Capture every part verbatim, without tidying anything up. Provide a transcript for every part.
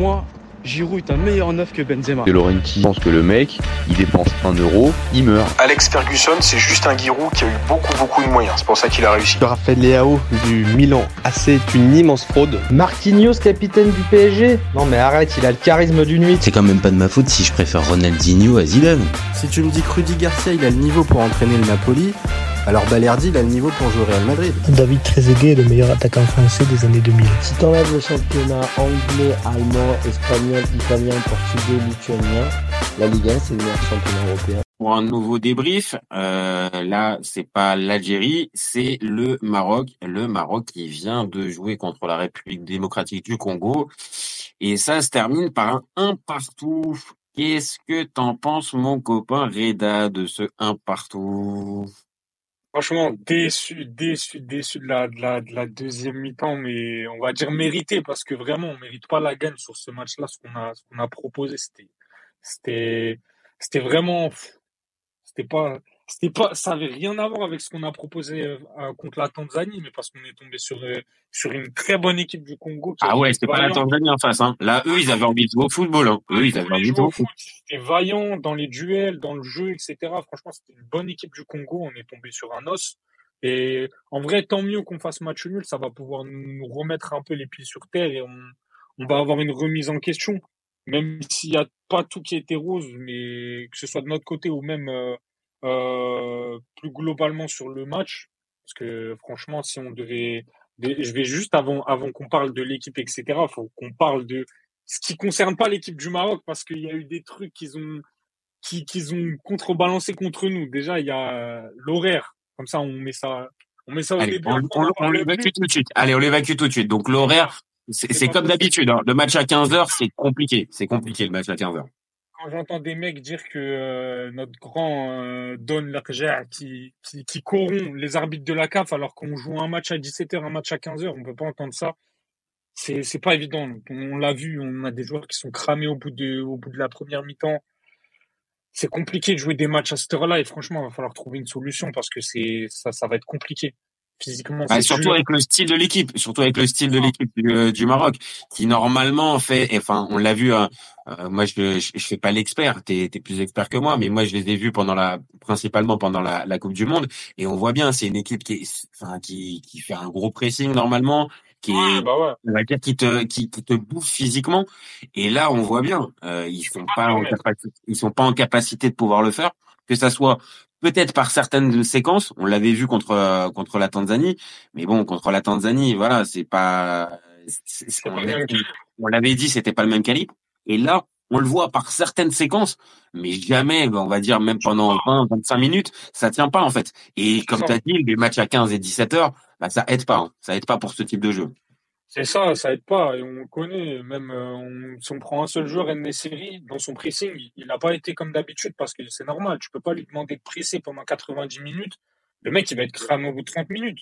moi, Giroud est un meilleur neuf que Benzema. De Laurenti pense que le mec, il dépense un euro, il meurt. Alex Ferguson, c'est juste un Giroud qui a eu beaucoup beaucoup de moyens. C'est pour ça qu'il a réussi. Raphaël Leao du Milan A C est une immense fraude. Marquinhos, capitaine du P S G ? Non mais arrête, il a le charisme d'une nuit. C'est quand même pas de ma faute si je préfère Ronaldinho à Zidane. Si tu me dis que Rudy Garcia, il a le niveau pour entraîner le Napoli, alors Balerdi, il a le niveau pour jouer au Real Madrid. David Trezeguet est le meilleur attaquant français des années deux mille. Si t'enlèves le championnat anglais, allemand, espagnol, italien, portugais, lituanien, la Ligue un, c'est le meilleur championnat européen. Pour un nouveau débrief, euh, là, c'est pas l'Algérie, c'est le Maroc. Le Maroc qui vient de jouer contre la République démocratique du Congo. Et ça se termine par un un partout. Qu'est-ce que t'en penses, mon copain Reda, de ce un partout? Franchement, déçu, déçu, déçu de la, de la, de la deuxième mi-temps, mais on va dire mérité, parce que vraiment, on mérite pas la gagne sur ce match-là. Ce qu'on a, ce qu'on a proposé, c'était, c'était, c'était vraiment, c'était pas, c'était pas, ça avait rien à voir avec ce qu'on a proposé euh, contre la Tanzanie, mais parce qu'on est tombé sur, euh, sur une très bonne équipe du Congo. Ah ouais, c'était pas la Tanzanie en face, hein. Là, eux, ils avaient envie de jouer au football, hein. Eux, ils avaient envie de jouer au foot. C'était vaillant dans les duels, dans le jeu, et cetera. Franchement, c'était une bonne équipe du Congo. On est tombé sur un os. Et en vrai, tant mieux qu'on fasse match nul. Ça va pouvoir nous remettre un peu les pieds sur terre et on, on va avoir une remise en question. Même s'il n'y a pas tout qui était rose, mais que ce soit de notre côté ou même euh, euh, plus globalement sur le match. Parce que franchement, si on devait... Je vais juste, avant, avant qu'on parle de l'équipe, et cetera, il faut qu'on parle de ce qui concerne pas l'équipe du Maroc, parce qu'il y a eu des trucs qu'ils ont, qui, qu'ils ont contrebalancé contre nous. Déjà, il y a euh, l'horaire. Comme ça, on met ça, on met ça au Allez, début. on, on, on l'évacue tout de suite. Allez, on l'évacue tout de suite. Donc, l'horaire, c'est, c'est comme d'habitude, hein. Le match à quinze heures, c'est compliqué. C'est compliqué, le match à quinze heures. Quand j'entends des mecs dire que euh, notre grand euh, Don Larger qui, qui, qui corrompt les arbitres de la C A F alors qu'on joue un match à dix-sept heures, un match à quinze heures, on peut pas entendre ça. C'est, c'est pas évident. On l'a vu, on a des joueurs qui sont cramés au bout de, au bout de la première mi-temps. C'est compliqué de jouer des matchs à cette heure-là et franchement, il va falloir trouver une solution parce que c'est, ça, ça va être compliqué. Physiquement, bah, c'est surtout dur. avec le style de l'équipe, surtout avec le style de l'équipe du, euh, du Maroc, qui normalement fait, enfin, on l'a vu, hein, euh, moi je, je, je fais pas l'expert, t'es, t'es plus expert que moi, mais moi je les ai vus pendant la, principalement pendant la, la Coupe du Monde, et on voit bien, c'est une équipe qui, est, enfin, qui, qui fait un gros pressing normalement, qui Ouais, est, bah ouais. on va dire, qui te, qui, qui te bouffe physiquement, et là on voit bien, euh, ils sont pas en capacité, ils sont pas en capacité de pouvoir le faire, que ça soit peut-être par certaines séquences, on l'avait vu contre euh, contre la Tanzanie, mais bon, contre la Tanzanie, voilà, c'est pas, c'est, c'est, on, l'avait, on l'avait dit, c'était pas le même calibre. Et là, on le voit par certaines séquences, mais jamais, on va dire même pendant vingt, vingt-cinq minutes, ça tient pas en fait. Et comme tu as dit, les matchs à quinze et dix-sept heures, bah ça aide pas, hein. Ça aide pas pour ce type de jeu. C'est ça, ça aide pas. Et on connaît, même euh, on, si on prend un seul joueur, En-Nesyri, dans son pressing, il n'a pas été comme d'habitude parce que c'est normal. Tu peux pas lui demander de presser pendant quatre-vingt-dix minutes. Le mec, il va être cramé au bout de trente minutes.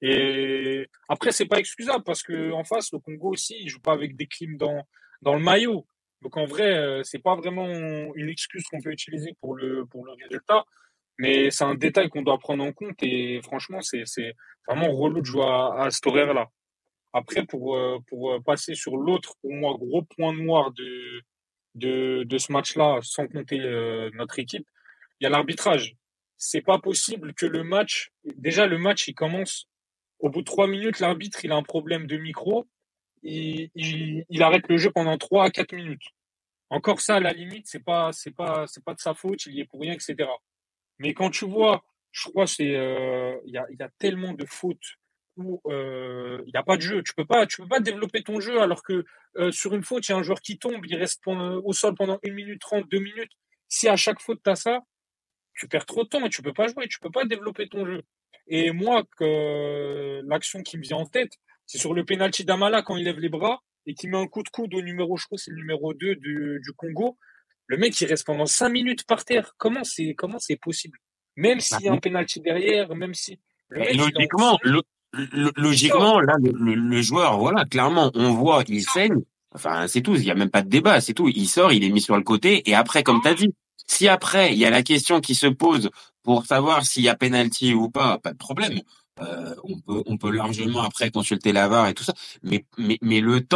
Et après, c'est pas excusable parce que en face, le Congo aussi, il joue pas avec des clims dans, dans le maillot. Donc en vrai, euh, c'est pas vraiment une excuse qu'on peut utiliser pour le, pour le résultat. Mais c'est un détail qu'on doit prendre en compte. Et franchement, c'est, c'est vraiment relou de jouer à, à cet horaire-là. Après, pour, pour passer sur l'autre, pour moi, gros point noir de, de, de ce match-là, sans compter euh, notre équipe, il y a l'arbitrage. C'est pas possible que le match, déjà le match, il commence, au bout de trois minutes, l'arbitre, il a un problème de micro, il, il, il arrête le jeu pendant trois à quatre minutes. Encore ça, à la limite, c'est pas, c'est pas, c'est pas de sa faute, il y est pour rien, et cetera. Mais quand tu vois, je crois, c'est, euh, il y a, il y a tellement de fautes où il euh, n'y a pas de jeu. Tu peux pas, tu peux pas développer ton jeu alors que euh, sur une faute, il y a un joueur qui tombe, il reste pendant, au sol pendant une minute trente, deux minutes. Si à chaque faute, tu as ça, tu perds trop de temps et tu peux pas jouer, tu peux pas développer ton jeu. Et moi, que l'action qui me vient en tête, c'est sur le penalty d'Amala quand il lève les bras et qui met un coup de coude au numéro, je crois, c'est le numéro deux du, du Congo. Le mec, il reste pendant cinq minutes par terre. Comment c'est, comment c'est possible? Même s'il y a un penalty derrière, même si... Le mec, logiquement, le... Logiquement, là, le, le, le joueur, voilà, clairement, on voit, il saigne. Enfin, c'est tout. Il y a même pas de débat, c'est tout. Il sort, il est mis sur le côté. Et après, comme t'as dit, si après il y a la question qui se pose pour savoir s'il y a penalty ou pas, pas de problème. Euh, on peut, on peut largement après consulter la V A R et tout ça. Mais, mais, mais le temps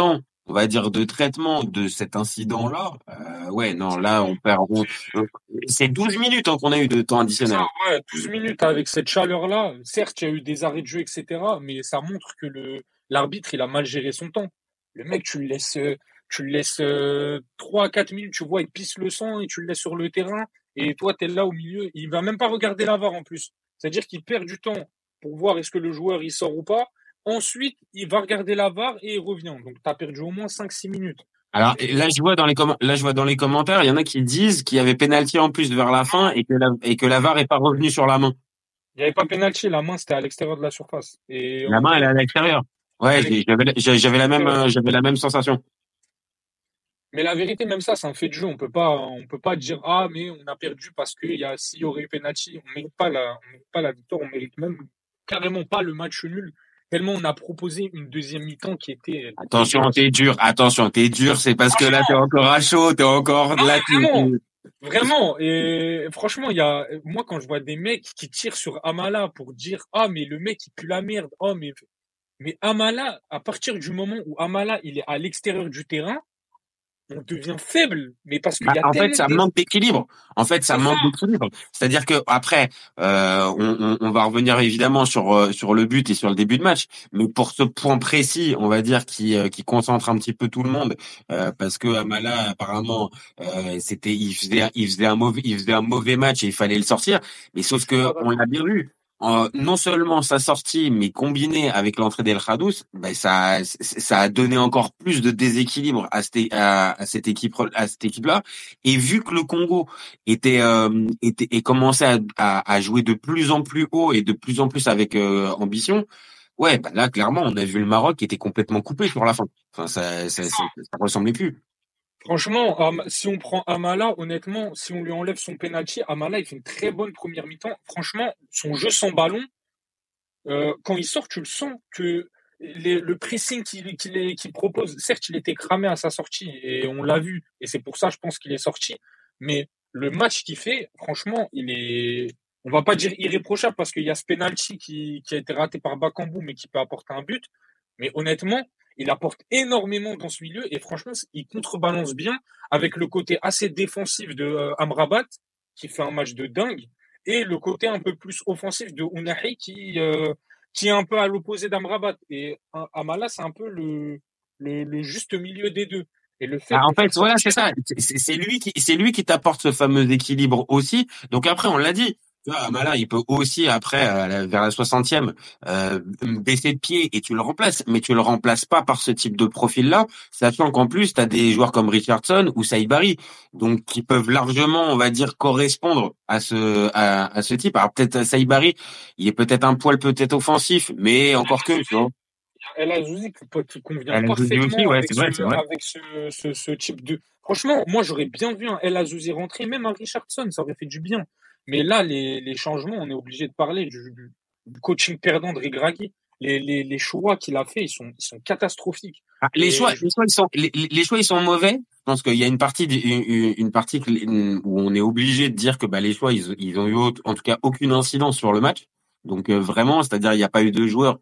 on va dire, de traitement de cet incident-là, euh, ouais, non, là, on perd. on- on- c'est douze minutes hein, qu'on a eu de temps additionnel. Ça, ouais, douze minutes avec cette chaleur-là. Certes, il y a eu des arrêts de jeu, et cetera. Mais ça montre que le l'arbitre, il a mal géré son temps. Le mec, tu le laisses, euh, tu le laisses euh, trois à quatre minutes, tu vois, il pisse le sang et tu le laisses sur le terrain. Et toi, tu es là au milieu. Il va même pas regarder la V A R en plus. C'est-à-dire qu'il perd du temps pour voir est-ce que le joueur il sort ou pas. Ensuite, il va regarder la V A R et il revient. Donc, tu as perdu au moins cinq six minutes. Alors et là, je vois dans les com- là, je vois dans les commentaires, il y en a qui disent qu'il y avait pénalty en plus vers la fin et que la et que la V A R est pas revenue sur la main. Il n'y avait pas pénalty, la main c'était à l'extérieur de la surface. Et La on- main, elle est à l'extérieur. Ouais, j'ai- j'avais la- j'ai- j'avais la même euh, j'avais la même sensation. Mais la vérité, même ça, c'est un fait de jeu. On peut pas, on peut pas dire ah mais on a perdu parce qu'il y a s'il y aurait eu penalty, on mérite pas la, on mérite pas la victoire, on mérite même carrément pas le match nul. Tellement on a proposé une deuxième mi-temps qui était. Attention, t'es dur. Attention, t'es dur. C'est parce que là, t'es encore à chaud. T'es encore Non, là. mais tu- vraiment, tu- vraiment. Et franchement, il y a, moi quand je vois des mecs qui tirent sur Amala pour dire ah mais le mec il pue la merde, oh mais mais Amala, à partir du moment où Amala il est à l'extérieur du terrain, on devient faible, mais parce qu'il Bah, y a en fait, tellement ça de- manque d'équilibre. En fait, ça C'est manque ça. d'équilibre. C'est-à-dire que après, euh, on, on- on va revenir évidemment sur euh, sur le but et sur le début de match, mais pour ce point précis, on va dire qui euh, qui concentre un petit peu tout le monde, euh, parce que Amala apparemment, euh, c'était il faisait il faisait un mauvais il faisait un mauvais match et il fallait le sortir. Mais sauf que on l'a bien vu. Euh, non seulement sa sortie, mais combiné avec l'entrée d'El Khadous, ben ça, ça a donné encore plus de déséquilibre à cette, à, à cette équipe, à cette équipe-là. Et vu que le Congo était, euh, était et commençait à, à, à jouer de plus en plus haut et de plus en plus avec euh, ambition, ouais, ben là clairement, on a vu le Maroc qui était complètement coupé sur la fin. Enfin, ça, ça, ça, ça ressemblait plus. Franchement, Am- si on prend Amala, honnêtement, si on lui enlève son penalty, Amala il fait une très bonne première mi-temps. Franchement, son jeu sans ballon, euh, quand il sort, tu le sens que les- le pressing qu'il qu'il est- qu'il propose, certes, il était cramé à sa sortie et on l'a vu, et c'est pour ça, je pense qu'il est sorti. Mais le match qu'il fait, franchement, il est, on va pas dire irréprochable parce qu'il y a ce penalty qui, qui a été raté par Bakambu, mais qui peut apporter un but. Mais honnêtement, il apporte énormément dans ce milieu et franchement, il contrebalance bien avec le côté assez défensif de euh, Amrabat qui fait un match de dingue et le côté un peu plus offensif de Ounahi qui euh, qui est un peu à l'opposé d'Amrabat. Et euh, Amala, c'est un peu le, le le juste milieu des deux. Et le fait Ah, en de faire fait, voilà, sortir- c'est ça. C'est- C'est c'est lui qui, c'est lui qui t'apporte ce fameux équilibre aussi. Donc après, on l'a dit. Tu vois, Amala, il peut aussi après, à la- vers la soixantième, euh, baisser de pied et tu le remplaces. Mais tu le remplaces pas par ce type de profil-là, sachant qu'en plus, tu as des joueurs comme Richardson ou Saïbari, donc qui peuvent largement, on va dire, correspondre à ce à, à ce type. Alors peut-être Saïbari, il est peut-être un poil peut-être offensif, mais encore que, tu vois. El Azouzi qui, peut- qui convient El Azouzi parfaitement aussi, ouais, avec, c'est vrai, ce, c'est vrai. avec ce, ce, ce type de. Franchement, moi j'aurais bien vu un El Azouzi rentrer, même un Richardson, ça aurait fait du bien. Mais là, les, les changements, on est obligé de parler du, du- du coaching perdant de Regragui. Les, les, les choix qu'il a fait, ils sont, ils sont catastrophiques. Ah, les Et choix, je- les choix, ils sont, les, les- les choix, ils sont mauvais. Je pense qu'il y a une partie, du- une, une partie que- où on est obligé de dire que bah, les choix, ils, ils ont eu au- en tout cas aucune incidence sur le match. Donc euh, vraiment, c'est-à-dire il n'y a pas eu de joueurs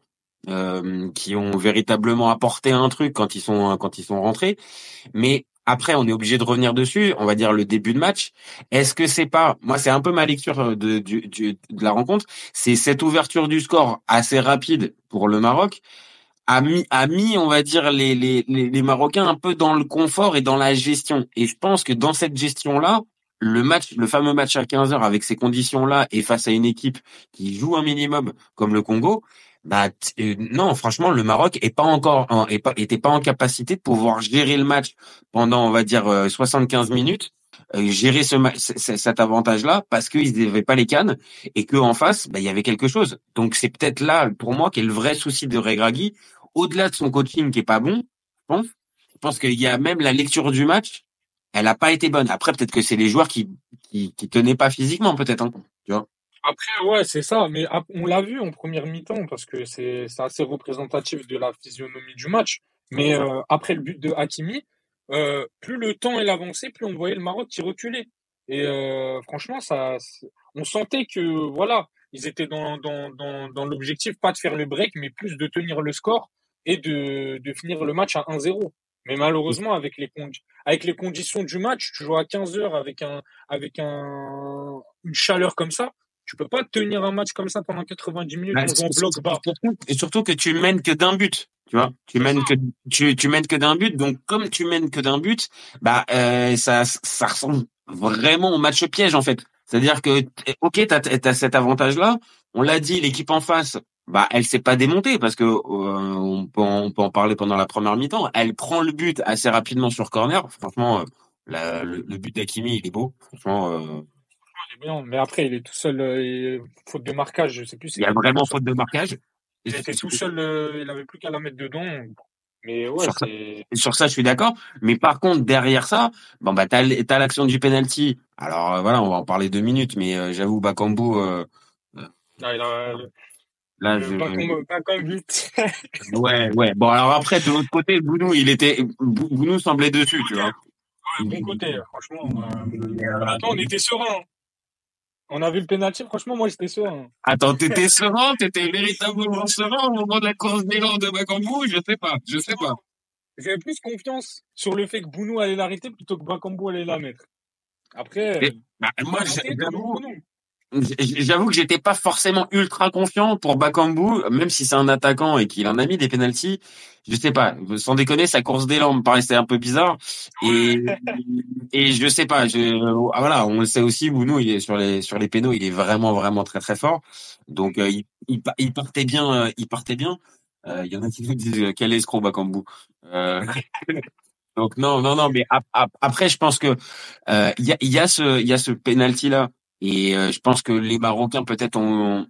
euh, qui ont véritablement apporté un truc quand ils sont quand ils sont rentrés. Mais après, on est obligé de revenir dessus. On va dire le début de match. Est-ce que c'est pas, moi, c'est un peu ma lecture de, du, du- de la rencontre. C'est cette ouverture du score assez rapide pour le Maroc a mis, a mis, on va dire, les, les, les, les Marocains un peu dans le confort et dans la gestion. Et je pense que dans cette gestion-là, le match, le fameux match à quinze heures avec ces conditions-là et face à une équipe qui joue un minimum comme le Congo, bah t- euh, non, franchement, le Maroc est pas encore, en- est pas, était pas en capacité de pouvoir gérer le match pendant, on va dire, euh, soixante-quinze minutes, euh, gérer ce ma- c- c- cet avantage-là parce qu'ils n'avaient pas les cannes et que en face, bah il y avait quelque chose. Donc c'est peut-être là pour moi qu'est le vrai souci de Regragui, au-delà de son coaching qui est pas bon, je pense. Je pense qu'il y a même la lecture du match, elle a pas été bonne. Après peut-être que c'est les joueurs qui qui, qui tenaient pas physiquement peut-être, hein, tu vois. Après, ouais, c'est ça. Mais ap- on l'a vu en première mi-temps parce que c'est c'est assez représentatif de la physionomie du match. Mais euh, après le but de Hakimi, euh, plus le temps il avançait, plus on voyait le Maroc qui reculait. Et euh, franchement, ça, c'est- on sentait que voilà, ils étaient dans dans dans dans l'objectif pas de faire le break, mais plus de tenir le score et de de finir le match à un zéro. Mais malheureusement, avec les, condi- avec les conditions du match, tu joues à quinze heures avec, un, avec un, une chaleur comme ça. Tu peux pas tenir un match comme ça pendant quatre-vingt-dix minutes Bah, en jouant c'est- bloc c'est- bas. surtout- et surtout que tu mènes que d'un but, tu vois. Tu C'est mènes ça. que tu, tu mènes que d'un but, donc comme tu mènes que d'un but, bah euh, ça ça ressemble vraiment au match piège en fait. C'est-à-dire que t- ok, t'as t'as cet avantage-là. On l'a dit, l'équipe en face, bah elle s'est pas démontée parce que euh, on peut en, on peut en parler pendant la première mi-temps. Elle prend le but assez rapidement sur corner. Franchement, euh, la- le, le but d'Hakimi, il est beau. Franchement, euh, C'est bien. Mais après, il est tout seul, euh, et- faute de marquage. Je sais plus il c'est y a quelle vraiment défense. faute de marquage. Il était tout seul, euh, il avait plus qu'à la mettre dedans. Mais ouais, Sur ça, c'est. sur ça, je suis d'accord. Mais par contre, derrière ça, bon bah t'as l- t'as l'action du penalty. Alors euh, voilà, on va en parler deux minutes, mais euh, j'avoue, Bakambu, euh, euh, Ah, il a, là, le je, bac en, bac en but. ouais, ouais. Bon, alors après, de l'autre côté, Bounou, il était, Bou- Bounou semblait dessus, tu vois. Ouais, bon côté, franchement. Euh, attends, on était serein. On a vu le penalty, franchement, moi, j'étais serein. Attends, t'étais serein, t'étais véritablement serein au moment de la course d'élan de Bakambu, je sais pas, je sais pas. J'avais plus confiance sur le fait que Bounou allait l'arrêter plutôt que Bakambu allait la mettre. Après, Et, bah, il moi, l'a raté, comme j'avoue, Bounou. J'avoue que j'étais pas forcément ultra confiant pour Bakambu, même si c'est un attaquant et qu'il en a mis des pénaltys. Je sais pas, sans déconner, sa course d'élan me paraissait un peu bizarre. Et, et je sais pas, je, ah, voilà, on le sait aussi, Bounou, il est sur les, sur les pénaux, il est vraiment, vraiment très, très fort. Donc, euh, il, il, pa- il partait bien, euh, il partait bien. Euh, Il y en a qui nous disent, euh, quel escroc Bakambu. Euh, donc, non, non, non, mais ap- ap- après, je pense que, euh, il y a, il y a ce, il y a ce penalty-là. Et euh, je pense que les Marocains peut-être ont,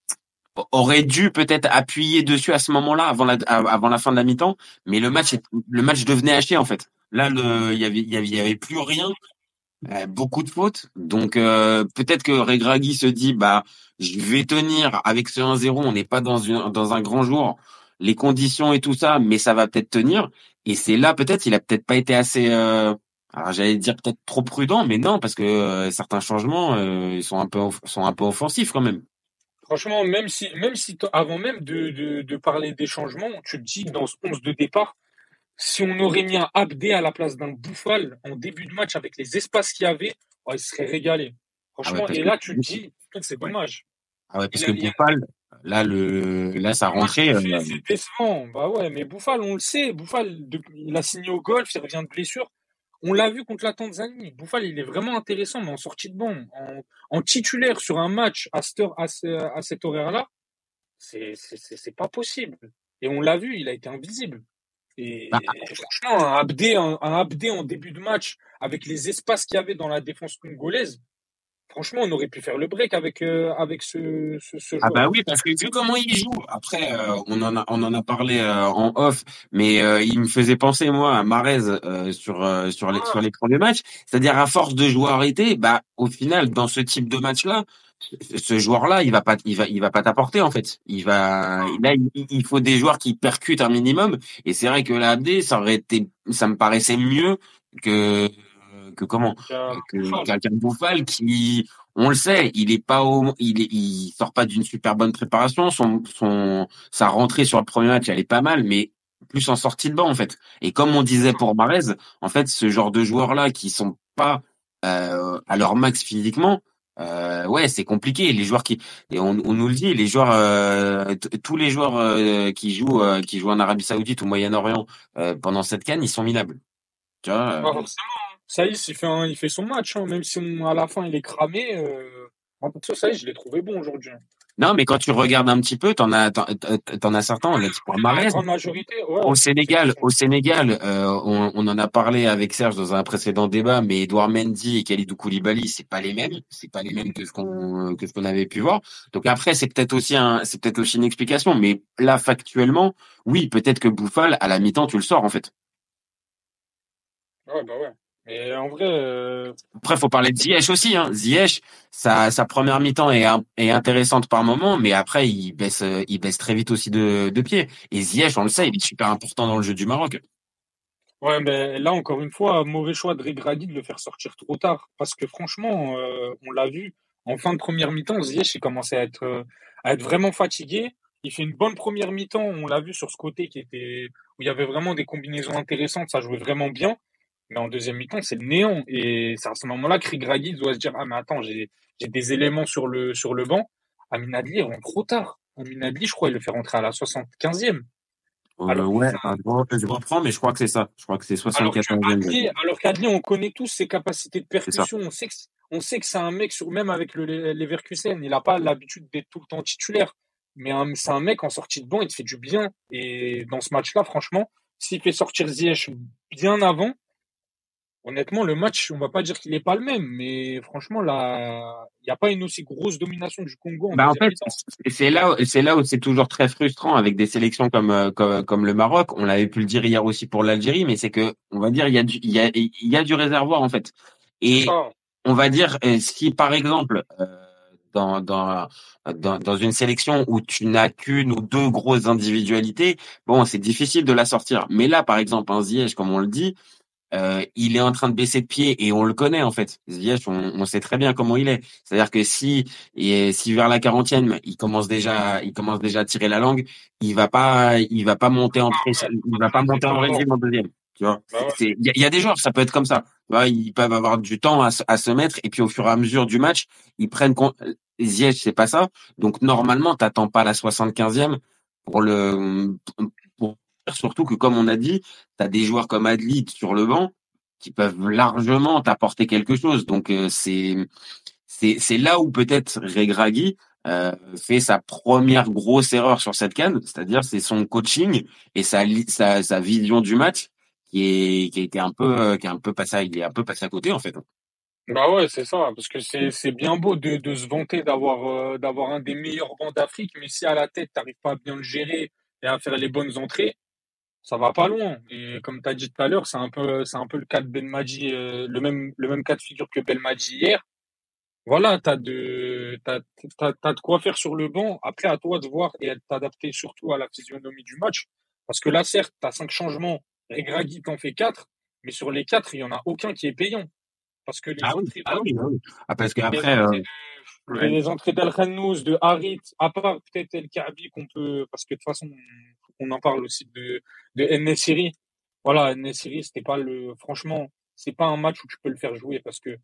auraient dû peut-être appuyer dessus à ce moment-là avant la avant la fin de la mi-temps, mais le match est- le match devenait haché en fait. Là, le il y avait il y avait, il y avait plus rien, euh, beaucoup de fautes. Donc euh, peut-être que Regragui se dit bah je vais tenir avec ce un zéro, on n'est pas dans une dans un grand jour, les conditions et tout ça, mais ça va peut-être tenir. Et c'est là peut-être il a peut-être pas été assez euh, alors j'allais dire peut-être trop prudent, mais non parce que euh, certains changements euh, ils sont un peu off- sont un peu offensifs quand même. Franchement, même si, même si t- avant même de, de, de parler des changements, tu te dis que dans ce onze de départ, si on aurait mis un Abdé à la place d'un Bouffal en début de match avec les espaces qu'il y avait, oh, il serait régalé. Ah ouais Franchement, parce et que là, tu te dis, putain, c'est ouais. dommage. Ah ouais parce Il que a, il a, Boufal là le là sa le match rentrée qu'il euh, fait, c'est décevant. Bah ouais, mais Bouffal, on le sait, Bouffal, depuis- il a signé au golf, il revient de blessure. On l'a vu contre la Tanzanie. Bouffal, il est vraiment intéressant, mais en sortie de banc, en, en titulaire sur un match à cette heure, à ce, à cet horaire-là, c'est, c'est, c'est c'est pas possible. Et on l'a vu, il a été invisible. bah, Et franchement, un Abdé, un, un Abdé en début de match, avec les espaces qu'il y avait dans la défense congolaise, franchement, on aurait pu faire le break avec, euh, avec ce, ce, ce ah bah joueur. oui, parce que vu comment il joue, après euh, on en a on en a parlé euh, en off, mais euh, il me faisait penser moi à Mahrez euh, sur euh, sur les, sur l'écran du match, c'est-à-dire à force de jouer arrêté, bah au final dans ce type de match-là, ce ce joueur-là, il va pas il va il va pas t'apporter en fait. Il va là il, il faut des joueurs qui percutent un minimum et c'est vrai que là Abdé, ça aurait été ça me paraissait mieux que que comment Euh, que Bouffal. quelqu'un de Bouffal qui on le sait, il est pas au, il est, il sort pas d'une super bonne préparation. Son, son, sa rentrée sur le premier match, elle est pas mal, mais plus en sortie de banc en fait. Et comme on disait pour Mahrez, en fait, ce genre de joueurs-là qui sont pas euh, à leur max physiquement, euh, ouais, c'est compliqué. Les joueurs qui, et on, on nous le dit, les joueurs, euh, t- tous les joueurs euh, qui jouent, euh, qui jouent en Arabie Saoudite ou Moyen-Orient euh, pendant cette CAN, ils sont minables. Tu vois. Pas euh, forcément. Saïs, il fait, un- il fait son match, hein, même si on- à la fin il est cramé. Euh... Moi, perso, Saïs, je l'ai trouvé bon aujourd'hui. Non, mais quand tu regardes un petit peu, t'en as, t'en, t'en as certains, on a dit pour La Mahrez. grande majorité, ouais. Au c'est- Sénégal, c'est- au Sénégal, euh, on, on en a parlé avec Serge dans un précédent débat, mais Edouard Mendy et Kalidou Koulibaly, c'est pas les mêmes, c'est pas les mêmes que ce qu'on que ce qu'on avait pu voir. Donc après, c'est peut-être aussi un, c'est peut-être aussi une explication, mais là factuellement, oui, peut-être que Bouffal à la mi-temps, tu le sors en fait. Ouais, bah ouais. Mais en vrai, euh, Après, faut parler de Ziyech aussi. Hein. Ziyech, sa, sa première mi-temps est, un- est intéressante par moment, mais après, il baisse, euh, il baisse très vite aussi de, de pied. Et Ziyech, on le sait, il est super important dans le jeu du Maroc. ouais, mais là, encore une fois, mauvais choix de Regragui de le faire sortir trop tard. Parce que franchement, euh, on l'a vu, en fin de première mi-temps, Ziyech, il commençait à être, euh, à être vraiment fatigué. Il fait une bonne première mi-temps, on l'a vu sur ce côté qui était où il y avait vraiment des combinaisons intéressantes, ça jouait vraiment bien. Mais en deuxième mi-temps, c'est le néant. Et c'est à ce moment-là que Regragui doit se dire, ah, mais attends, j'ai, j'ai des éléments sur le, sur le banc. Amin Adli, il rentre trop tard. Amin Adli, je crois, il le fait rentrer à la soixante-quinzième. Euh, Alors, ouais, enfin, attends, je reprends, mais je crois que c'est ça. Je crois que c'est alors que soixante-quatorzième. Adli, alors qu'Adli, on connaît tous ses capacités de C'est ça. percussion. On sait que, c- on sait que c'est un mec sur, même avec le Le- Leverkusen, il n'a pas l'habitude d'être tout le temps titulaire. Mais un- c'est un mec en sortie de banc, il te fait du bien. Et dans ce match-là, franchement, s'il fait sortir Ziyech bien avant, honnêtement, le match, on va pas dire qu'il est pas le même, mais franchement, là, il n'y a pas une aussi grosse domination du Congo en Bah en deuxième fait, mi-temps. c'est c'est là, où- c'est là où c'est toujours très frustrant avec des sélections comme euh, comme, comme le Maroc. On l'avait pu le dire hier aussi pour l'Algérie, mais c'est que on va dire il y a du il y a il y a du réservoir en fait. C'est Et ça. on va dire euh, si par exemple euh, dans dans dans dans une sélection où tu n'as qu'une ou deux grosses individualités, bon c'est difficile de la sortir. Mais là par exemple un Ziyech comme on le dit. Euh, il est en train de baisser de pied et on le connaît en fait. Ziyech, on, on sait très bien comment il est. C'est-à-dire que si et si vers la quarantième, il commence déjà, il commence déjà à tirer la langue, il va pas, il va pas monter en pré- il va pas monter en régime en deuxième. Tu vois, Bah ouais. c'est, il y, a- il y a des joueurs, ça peut être comme ça. Tu vois, ils peuvent avoir du temps à, se- à se mettre et puis au fur et à mesure du match, ils prennent compte. Ziyech, c'est pas ça. Donc normalement, t'attends pas la soixante-quinzième pour le, pour surtout que comme on a dit, t'as des joueurs comme Adli sur le banc qui peuvent largement t'apporter quelque chose. Donc euh, c'est c'est c'est là où peut-être Regragui euh, fait sa première grosse erreur sur cette CAN, c'est-à-dire c'est son coaching et sa li- sa sa vision du match qui est qui a été un peu euh, qui est un peu passé à- il est un peu passé à côté en fait. Bah ouais, c'est ça, parce que c'est c'est bien beau de, de se vanter d'avoir euh, d'avoir un des meilleurs bancs d'Afrique, mais si à la tête, t'arrives pas à bien le gérer et à faire les bonnes entrées, ça va pas loin. Et comme tu as dit tout à l'heure, c'est un peu c'est un peu le cas de Belmadi, euh, le même le même cas de figure que Belmadi hier. Voilà, t'as de t'as, t'as, t'as de quoi faire sur le banc. Après, à toi de voir et de t'adapter surtout à la physionomie du match. Parce que là, certes, t'as cinq changements, Regragui t'en fait quatre, mais sur les quatre, il y en a aucun qui est payant. Parce que les Ah oui, entrées ah oui, ah oui. Ah parce les qu'après euh, entrées de, ouais. les entrées d'Al Khannous, de Harit, à part peut-être El Kaabi qu'on peut, parce que de toute façon, on, on en parle aussi de, de En-Nesyri. Voilà, En-Nesyri, c'était pas le, franchement, c'est pas un match où tu peux le faire jouer parce que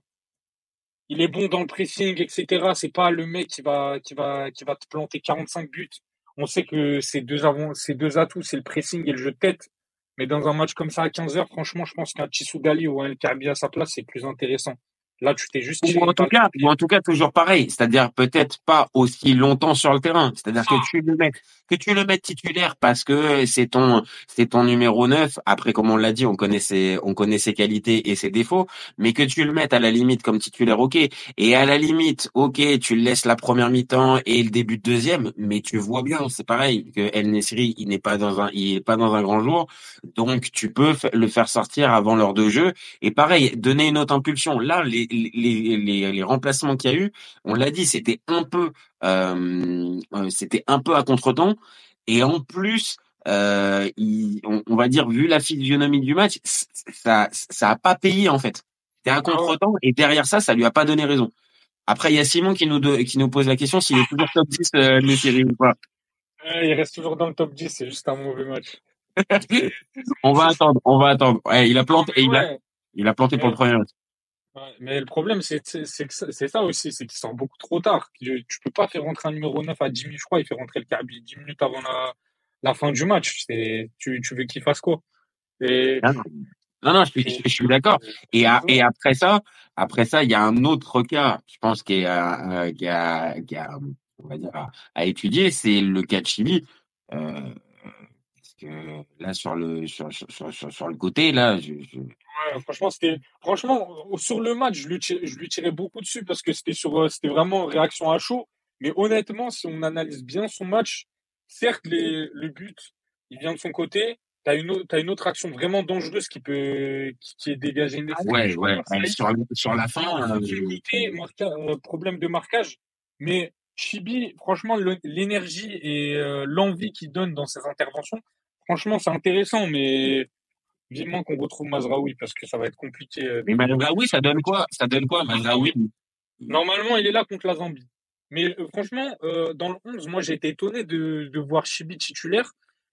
il est bon dans le pressing, et cetera. C'est pas le mec qui va, qui va, qui va te planter quarante-cinq buts. On sait que ces deux avant, ces deux atouts, c'est le pressing et le jeu de tête. Mais dans un match comme ça à quinze heures, franchement, je pense qu'un Tshisoudali ou un El Kaabi à sa place, c'est plus intéressant. Là, tu t'es juste tiré Ou en une tout balle. cas, ou en tout cas toujours pareil, c'est-à-dire peut-être pas aussi longtemps sur le terrain, c'est-à-dire que tu le mets, que tu le mets titulaire parce que c'est ton, c'est ton numéro neuf. Après, comme on l'a dit, on connaît ses, on connaît ses qualités et ses défauts, mais que tu le mettes à la limite comme titulaire, ok. Et à la limite, ok, tu le laisses la première mi-temps et le début de deuxième, mais tu vois bien, c'est pareil que El Nesri, il n'est pas dans un, il est pas dans un grand jour, donc tu peux f- le faire sortir avant l'heure de jeu. Et pareil, donner une autre impulsion. Là, les, les, les, les, les remplacements qu'il y a eu, on l'a dit, c'était un peu, euh, euh, c'était un peu à contretemps. Et en plus, euh, il- on, on va dire, vu la physionomie du match, c- ça, ça a pas payé en fait. C'était à Ah ouais. contretemps et derrière ça, ça lui a pas donné raison. Après, il y a Simon qui nous de- qui nous pose la question s'il est toujours top dix euh, de série ou pas. Ouais, il reste toujours dans le top dix, c'est juste un mauvais match. On va attendre, on va attendre. Ouais, il a Non, planté, mais il a, ouais. il a planté pour le Mais, premier match. ouais, mais le problème, c'est c'est c'est que ça c'est ça aussi, c'est qu'il sort beaucoup trop tard. Tu, tu peux pas faire rentrer un numéro neuf à dix minutes, je crois, il fait rentrer le Kaabi dix minutes avant la, la fin du match. C'est, tu, tu veux qu'il fasse quoi? Et, Ah non, non, non, je suis, je, je suis d'accord. Et, à- et après ça, après ça, il y a un autre cas, je pense, qui est, euh, euh, qui a, qui a, on va dire, à, à étudier, c'est le cas de Chibi. Euh, parce que là, sur le, sur, sur, sur, sur, sur le côté, là, je, je... Ouais, franchement, c'était, franchement, sur le match, je lui, tirais, je lui tirais beaucoup dessus parce que c'était sur, euh, c'était vraiment réaction à chaud. Mais honnêtement, si on analyse bien son match, certes, les, le but, il vient de son côté. T'as une, au- t'as une autre action vraiment dangereuse qui peut, qui, qui est dégagée Ah nécessaire. ouais, Je crois, ouais, par ouais, Saïd. sur, sur la fin, euh, Difficulté, marqua- euh, problème de marquage. Mais Chibi, franchement, le- l'énergie et euh, l'envie qu'il donne dans ses interventions, franchement, c'est intéressant. Mais vivement qu'on retrouve Mazraoui parce que ça va être compliqué. euh, mais Mazraoui, ça donne quoi? Ça donne quoi, Mazraoui? Normalement, il est là contre la Zambie. Mais euh, franchement, euh, dans le onze, moi, j'ai été étonné de, de voir Chibi titulaire.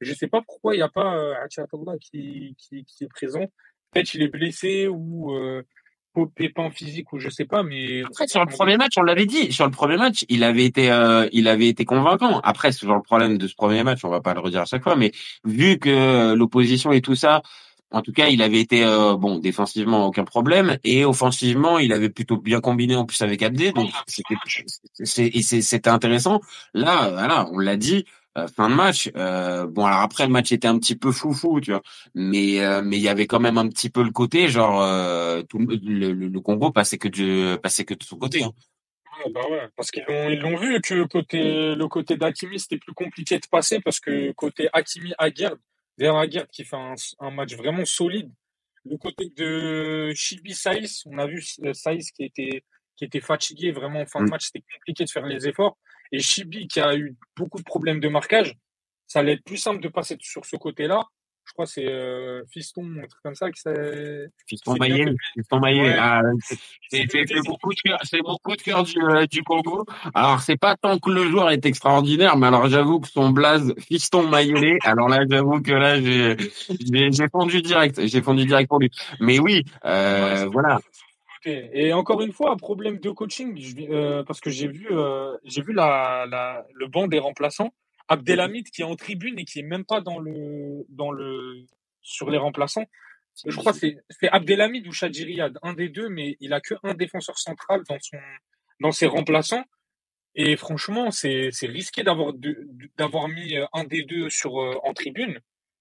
Je sais pas pourquoi il y a pas euh, Achatallah qui, qui, qui est présent. Peut-être il est blessé ou euh, au pépin physique ou je sais pas, mais Après, sur le premier match, on l'avait dit, sur le premier match, il avait été, euh, il avait été convaincant. Après, c'est toujours le problème de ce premier match, on va pas le redire à chaque fois, mais vu que euh, l'opposition et tout ça, en tout cas, il avait été, euh, bon, défensivement, aucun problème, et offensivement, il avait plutôt bien combiné en plus avec Abdé, donc c'était, c'est, et c'est- c'était intéressant. Là, euh, voilà, on l'a dit, euh, fin de match, euh, bon, alors après, le match était un petit peu foufou, tu vois, mais euh, mais il y avait quand même un petit peu le côté genre euh, tout le, le, le Congo passait que de passait que de son côté, hein. Ouais, bah ouais, parce qu'ils l'ont ils l'ont vu que côté le côté d'Hakimi c'était plus compliqué de passer parce que côté Hakimi Aguerd, vers Aguerd qui fait un, un match vraiment solide. Le côté de Chibi Saïs, on a vu euh, Saïs qui était qui était fatigué vraiment en fin de Mm. match, c'était compliqué de faire les efforts. Et Chibi qui a eu beaucoup de problèmes de marquage, ça allait être plus simple de passer sur ce côté-là. Je crois que c'est euh, Fiston, un truc comme ça qui s'est Fiston c'est bien Maillet, fait. Fiston Maillet, Ouais, ah, c'est c'est c'est- c'est beaucoup de cœur, c'est beaucoup de cœur du euh, du Congo. Alors c'est pas tant que le joueur est extraordinaire, mais alors j'avoue que son blaze Fiston Maillet, alors là j'avoue que là j'ai j'ai j'ai fondu direct, j'ai fondu direct pour lui. Mais oui, ouais, euh, c'est voilà. côté. Et encore une fois, un problème de coaching, je vi- euh, parce que j'ai vu, euh, j'ai vu la, la, le banc des remplaçants. Abdelhamid qui est en tribune et qui est même pas dans le, dans le, sur les remplaçants. Je crois que c'est, c'est Abdelhamid ou Chadji Riyad, un des deux, mais il a que un défenseur central dans son, dans ses remplaçants. Et franchement, c'est, c'est risqué d'avoir deux- d'avoir mis euh, un des deux sur, euh, en tribune.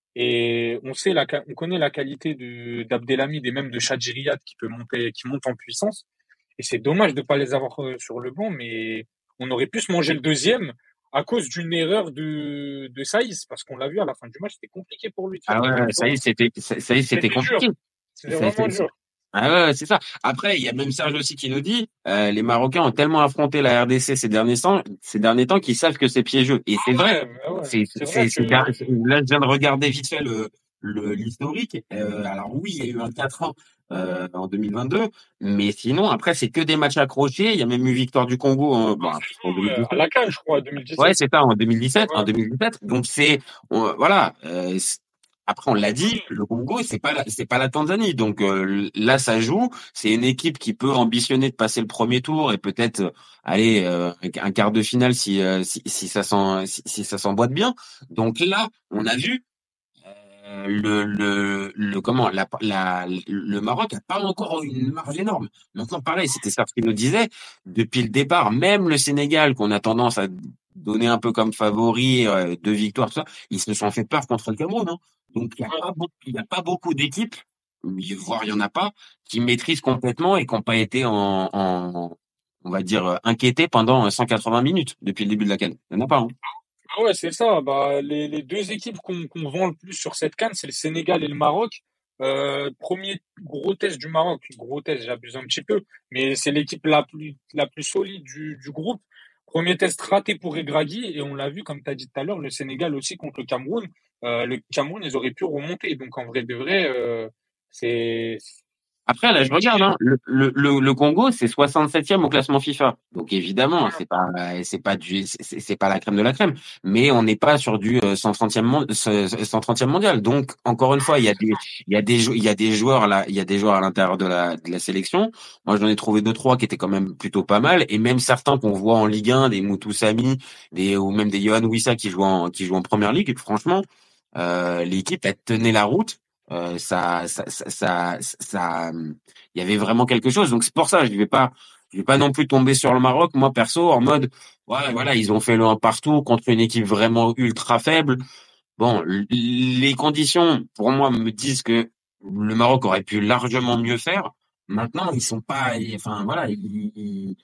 Et on sait la, on connaît la qualité de, d'Abdelhamid et même de Chadji Riyad qui peut monter, qui monte en puissance. Et c'est dommage de pas les avoir euh, sur le banc, mais on aurait pu se manger le deuxième à cause d'une erreur de, de Saïs, parce qu'on l'a vu à la fin du match, c'était compliqué pour lui de faire Ah une bonne ouais, ça y est, différence. c'était ça, ça y est, c'était C'était dur, compliqué. c'était Ça- vraiment ça- ça- dur. Ah ouais, ouais, c'est ça. Après, il y a même Serge aussi qui nous dit, euh, les Marocains ont tellement affronté la R D C ces derniers temps, ces derniers temps qu'ils savent que c'est piégeux. Et c'est vrai. Ouais, bah ouais. C'est, C'est c'est, vrai c'est, que gar- c'est- là, je viens de regarder vite fait le, le, l'historique. Euh, alors oui, il y a eu un quatre ans, euh, en deux mille vingt-deux, mais sinon, après, c'est que des matchs accrochés. Il y a même eu victoire du Congo en, bon, en euh, à deux mille dix-sept. la CAN, je crois, Ouais, deux mille dix-sept. c'est ça, en deux mille dix-sept, en Ouais. deux mille dix-sept. Donc c'est, on- voilà. euh, c'est- après, on l'a dit, le Congo, c'est pas la, c'est pas la Tanzanie. Donc euh, là, ça joue. C'est une équipe qui peut ambitionner de passer le premier tour et peut-être euh, aller euh, un quart de finale si euh, si, si ça s'en si, si ça s'emboîte bien. Donc là, on a vu euh, le le le comment la, la le Maroc a pas encore une marge énorme. Maintenant, pareil, c'était ça ce qu'il nous disait depuis le départ. Même le Sénégal, qu'on a tendance à donner un peu comme favori, euh, deux victoires, tout ça, ils se sont fait peur contre le Cameroun, hein. Donc il y a pas beaucoup, il y a pas beaucoup d'équipes, voire il y en a pas, qui maîtrisent complètement et qui n'ont pas été en, en on va dire euh, inquiétés pendant cent quatre-vingts minutes depuis le début de la CAN. Il y en a pas, hein. Ah ouais, c'est ça. Bah, les, les deux équipes qu'on qu'on vend le plus sur cette CAN, c'est le Sénégal et le Maroc. Euh, premier gros test du Maroc, gros test, j'abuse un petit peu, mais c'est l'équipe la plus la plus solide du, du groupe. Premier test raté pour Regragui et on l'a vu, comme tu as dit tout à l'heure, le Sénégal aussi contre le Cameroun. Euh, le Cameroun, ils auraient pu remonter. Donc en vrai de vrai, euh, c'est Après, là, je regarde, hein, le, le, le, le Congo, c'est soixante-septième au classement FIFA. Donc, évidemment, c'est pas, c'est pas du, c'est c'est pas la crème de la crème. Mais on n'est pas sur du euh, cent trentième, mon- cent trentième mondial. Donc, encore une fois, il y a des, il y a des, jou- il y a des joueurs là, il y a des joueurs à l'intérieur de la, de la sélection. Moi, j'en ai trouvé deux, trois qui étaient quand même plutôt pas mal. Et même certains qu'on voit en Ligue un, des Moutou Sami, des, ou même des Yohan Wissa qui jouent en, qui jouent en Première Ligue. Franchement, euh, l'équipe, elle tenait la route. Euh, ça, ça, ça, ça, ça, il y avait vraiment quelque chose. Donc c'est pour ça, je vais pas, je vais pas non plus tomber sur le Maroc, moi perso, en mode, ouais, voilà, ils ont fait le un partout contre une équipe vraiment ultra faible. Bon, l- les conditions, pour moi, me disent que le Maroc aurait pu largement mieux faire. Maintenant, ils sont pas, enfin voilà, ils, ils-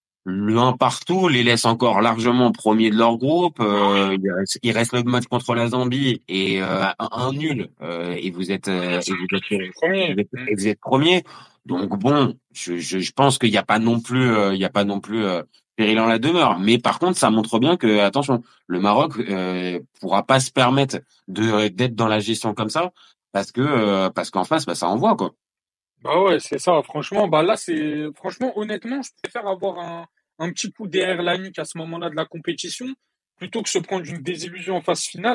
le un partout les laisse encore largement premiers de leur groupe. Euh, il, reste, il reste le match contre la Zambie et euh, un, un nul. Euh, et vous êtes, euh, et vous êtes, premier. vous êtes, et vous êtes premier. Donc bon, je, je, je pense qu'il n'y a pas non plus, euh, il y a pas non plus euh, péril en la demeure. Mais par contre, ça montre bien que attention, le Maroc euh, pourra pas se permettre de d'être dans la gestion comme ça parce que euh, parce qu'en face, bah, ça envoie quoi. Bah ouais, c'est ça. Franchement, bah là, c'est franchement, honnêtement, je préfère avoir un, un petit coup derrière la nuque à ce moment-là de la compétition plutôt que se prendre une désillusion en phase finale.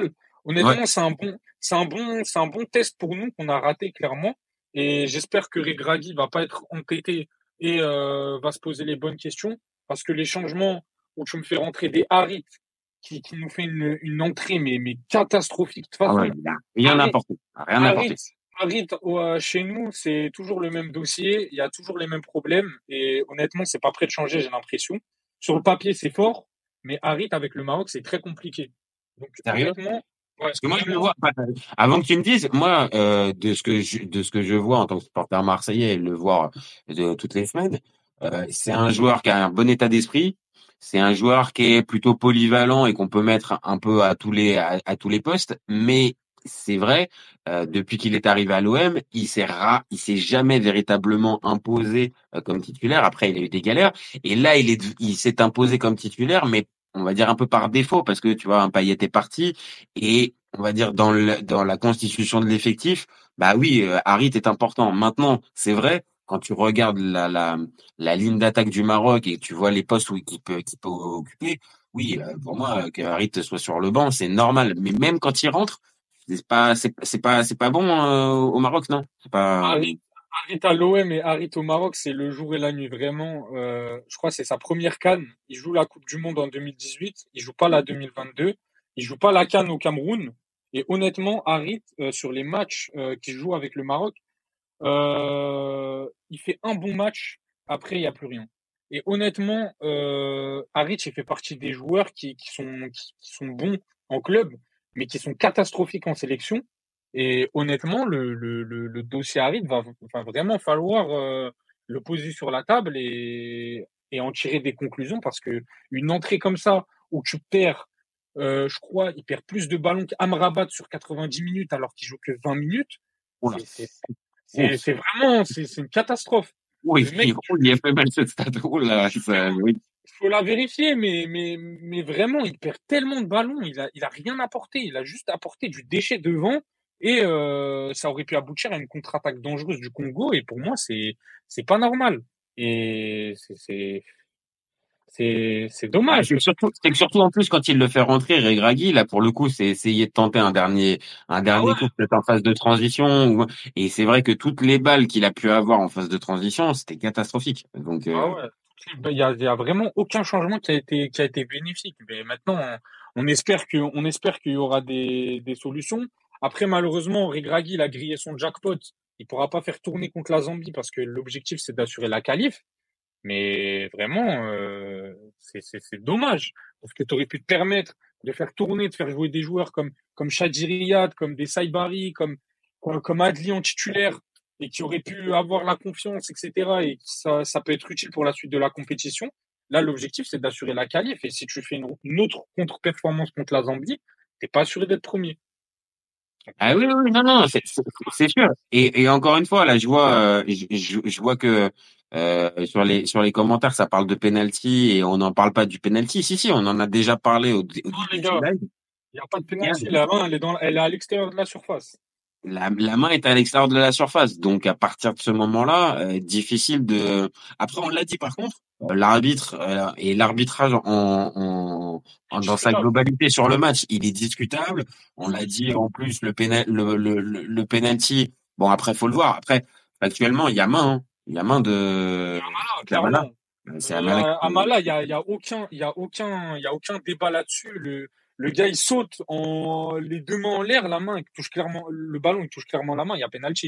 Honnêtement, Ouais. c'est un bon, c'est un bon, c'est un bon test pour nous qu'on a raté clairement. Et j'espère que Regragui va pas être entêté et euh, va se poser les bonnes questions parce que les changements où tu me fais rentrer des Harit qui, qui nous fait une, une entrée mais, mais catastrophique. De toute Ah façon, ouais, il a rien Harit, apporté. Rien apporté. Harit, Harit, euh, chez nous, c'est toujours le même dossier. Il y a toujours les mêmes problèmes. Et honnêtement, c'est pas prêt de changer, j'ai l'impression. Sur le papier, c'est fort, mais Harit avec le Maroc, c'est très compliqué. Donc, Sérieux? honnêtement, ouais, Parce que moi, je le vraiment, vois. enfin, Avant que tu me dises, moi, euh, de ce que je, de ce que je vois en tant que supporter marseillais et le voir de toutes les semaines, euh, c'est un joueur qui a un bon état d'esprit. C'est un joueur qui est plutôt polyvalent et qu'on peut mettre un peu à tous les à, à tous les postes. Mais c'est vrai, euh, depuis qu'il est arrivé à l'O M, il s'est ra, il s'est jamais véritablement imposé euh, comme titulaire. Après, il a eu des galères. Et là, il est, il s'est imposé comme titulaire, mais on va dire un peu par défaut parce que tu vois, un Payet est parti et on va dire dans le, dans la constitution de l'effectif, bah oui, euh, Harit est important. Maintenant, c'est vrai, quand tu regardes la la, la ligne d'attaque du Maroc et que tu vois les postes où il peut qu'il peut occuper, oui, euh, pour moi euh, que Harit soit sur le banc, c'est normal. Mais même quand il rentre, c'est pas c'est c'est pas c'est pas bon euh, au Maroc, non? C'est pas. Harit, Harit à l'O M et Harit au Maroc, c'est le jour et la nuit, vraiment. Euh, je crois que c'est sa première CAN. Il joue la Coupe du Monde en deux mille dix-huit. Il joue pas la deux mille vingt-deux. Il joue pas la CAN au Cameroun. Et honnêtement, Harit, euh, sur les matchs euh, qu'il joue avec le Maroc, euh, il fait un bon match. Après, il n'y a plus rien. Et honnêtement, euh, Harit, il fait partie des joueurs qui, qui, sont, qui, qui sont bons en club, mais qui sont catastrophiques en sélection. Et honnêtement, le, le, le, le dossier Harit va, va vraiment falloir euh, le poser sur la table et, et en tirer des conclusions parce que une entrée comme ça où tu perds, euh, je crois, il perd plus de ballons qu'Amrabat sur quatre-vingt-dix minutes alors qu'il joue que vingt minutes. Oula. C'est, c'est, c'est, c'est vraiment, c'est, c'est une catastrophe. Oui, Le mec, il a fait mal ce stade. Oh là, ça, oui. faut la vérifier, mais, mais, mais vraiment, il perd tellement de ballons, il a, il a rien apporté, il a juste apporté du déchet devant et euh, ça aurait pu aboutir à une contre-attaque dangereuse du Congo et pour moi, c'est, c'est pas normal. Et c'est, c'est, c'est, c'est Ah, dommage. c'est que surtout, c'est que surtout en plus quand il le fait rentrer, Regragui, là pour le coup, c'est essayer de tenter un dernier, un Ah dernier ouais, coup peut-être en phase de transition. Ou- Et c'est vrai que toutes les balles qu'il a pu avoir en phase de transition, c'était catastrophique. Donc, ah euh, ouais. Il y a, il y a vraiment aucun changement qui a été, qui a été bénéfique. Mais maintenant, on, on espère que, on espère qu'il y aura des, des solutions. Après, malheureusement, Regragui, il a grillé son jackpot. Il pourra pas faire tourner contre la Zambie parce que l'objectif, c'est d'assurer la qualif. Mais vraiment, euh, c'est, c'est, c'est dommage. Parce que tu aurais pu te permettre de faire tourner, de faire jouer des joueurs comme, comme Shadji Riyad, comme des Saibari, comme, comme, comme Adli en titulaire, et qui auraient pu avoir la confiance, et cetera. Et ça, ça peut être utile pour la suite de la compétition. Là, l'objectif, c'est d'assurer la qualif. Et si tu fais une, une autre contre-performance contre la Zambie, t'es pas assuré d'être premier. ah oui, oui, oui, non, non, c'est c'est- c'est sûr. Et, et encore une fois, là, je vois, euh, je, je, je vois que euh, sur les sur les commentaires, ça parle de penalty et on n'en parle pas du penalty. Si, si, on en a déjà parlé au, au Non, début les du gars, live. il n'y a pas de pénalty. La main, elle est dans, elle est à l'extérieur de la surface. La, la main est à l'extérieur de la surface, donc à partir de ce moment-là, euh, difficile de. Après, on l'a dit par contre, euh, l'arbitre euh, et l'arbitrage en, en, en- dans sa globalité sur le match, il est discutable. On l'a dit en plus, le pénal, le, le, le, le penalty. Bon, après, faut le voir. Après, actuellement, il y a main, hein. Il y a main de. Clairement. C'est Euh, Amala. Amala, il y a, il y a aucun, il y a aucun, il y a aucun débat là-dessus. Le, le gars, il saute en les deux mains en l'air, la main, il touche clairement le ballon, il touche clairement la main. Il y a penalty.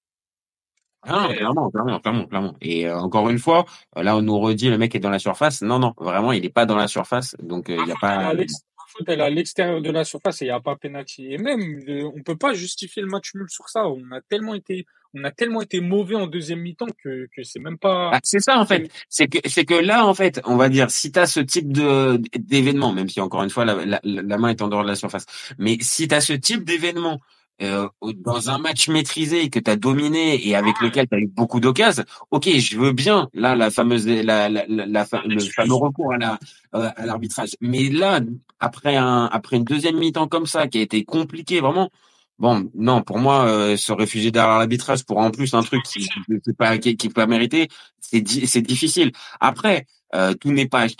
Ah non, clairement, clairement, clairement, clairement. Et euh, encore une fois, euh, là, on nous redit le mec est dans la surface. Non, non, vraiment, il est pas dans la surface. Donc, euh, il y a Elle est pas. à l'ex- la faute, elle est à l'extérieur de la surface et il n'y a pas penalty. Et même, euh, on peut pas justifier le match nul sur ça. On a tellement été, on a tellement été mauvais en deuxième mi-temps que, que c'est même pas. Ah, c'est ça en fait, c'est que c'est que là en fait, on va dire si tu as ce type de d'événement, même si encore une fois la, la, la main est en dehors de la surface, mais si tu as ce type d'événement euh, dans un match maîtrisé que tu as dominé et avec lequel tu as eu beaucoup d'occasions, OK, je veux bien là la fameuse la, la, la, la le fameux recours à la euh, à l'arbitrage. Mais là après un après une deuxième mi-temps comme ça qui a été compliqué vraiment. Bon, non, pour moi, euh, se réfugier derrière l'arbitrage pour en plus un truc qui qui pas qui, qui pas mérité, c'est di- c'est difficile. Après, euh, tout n'est pas acheté.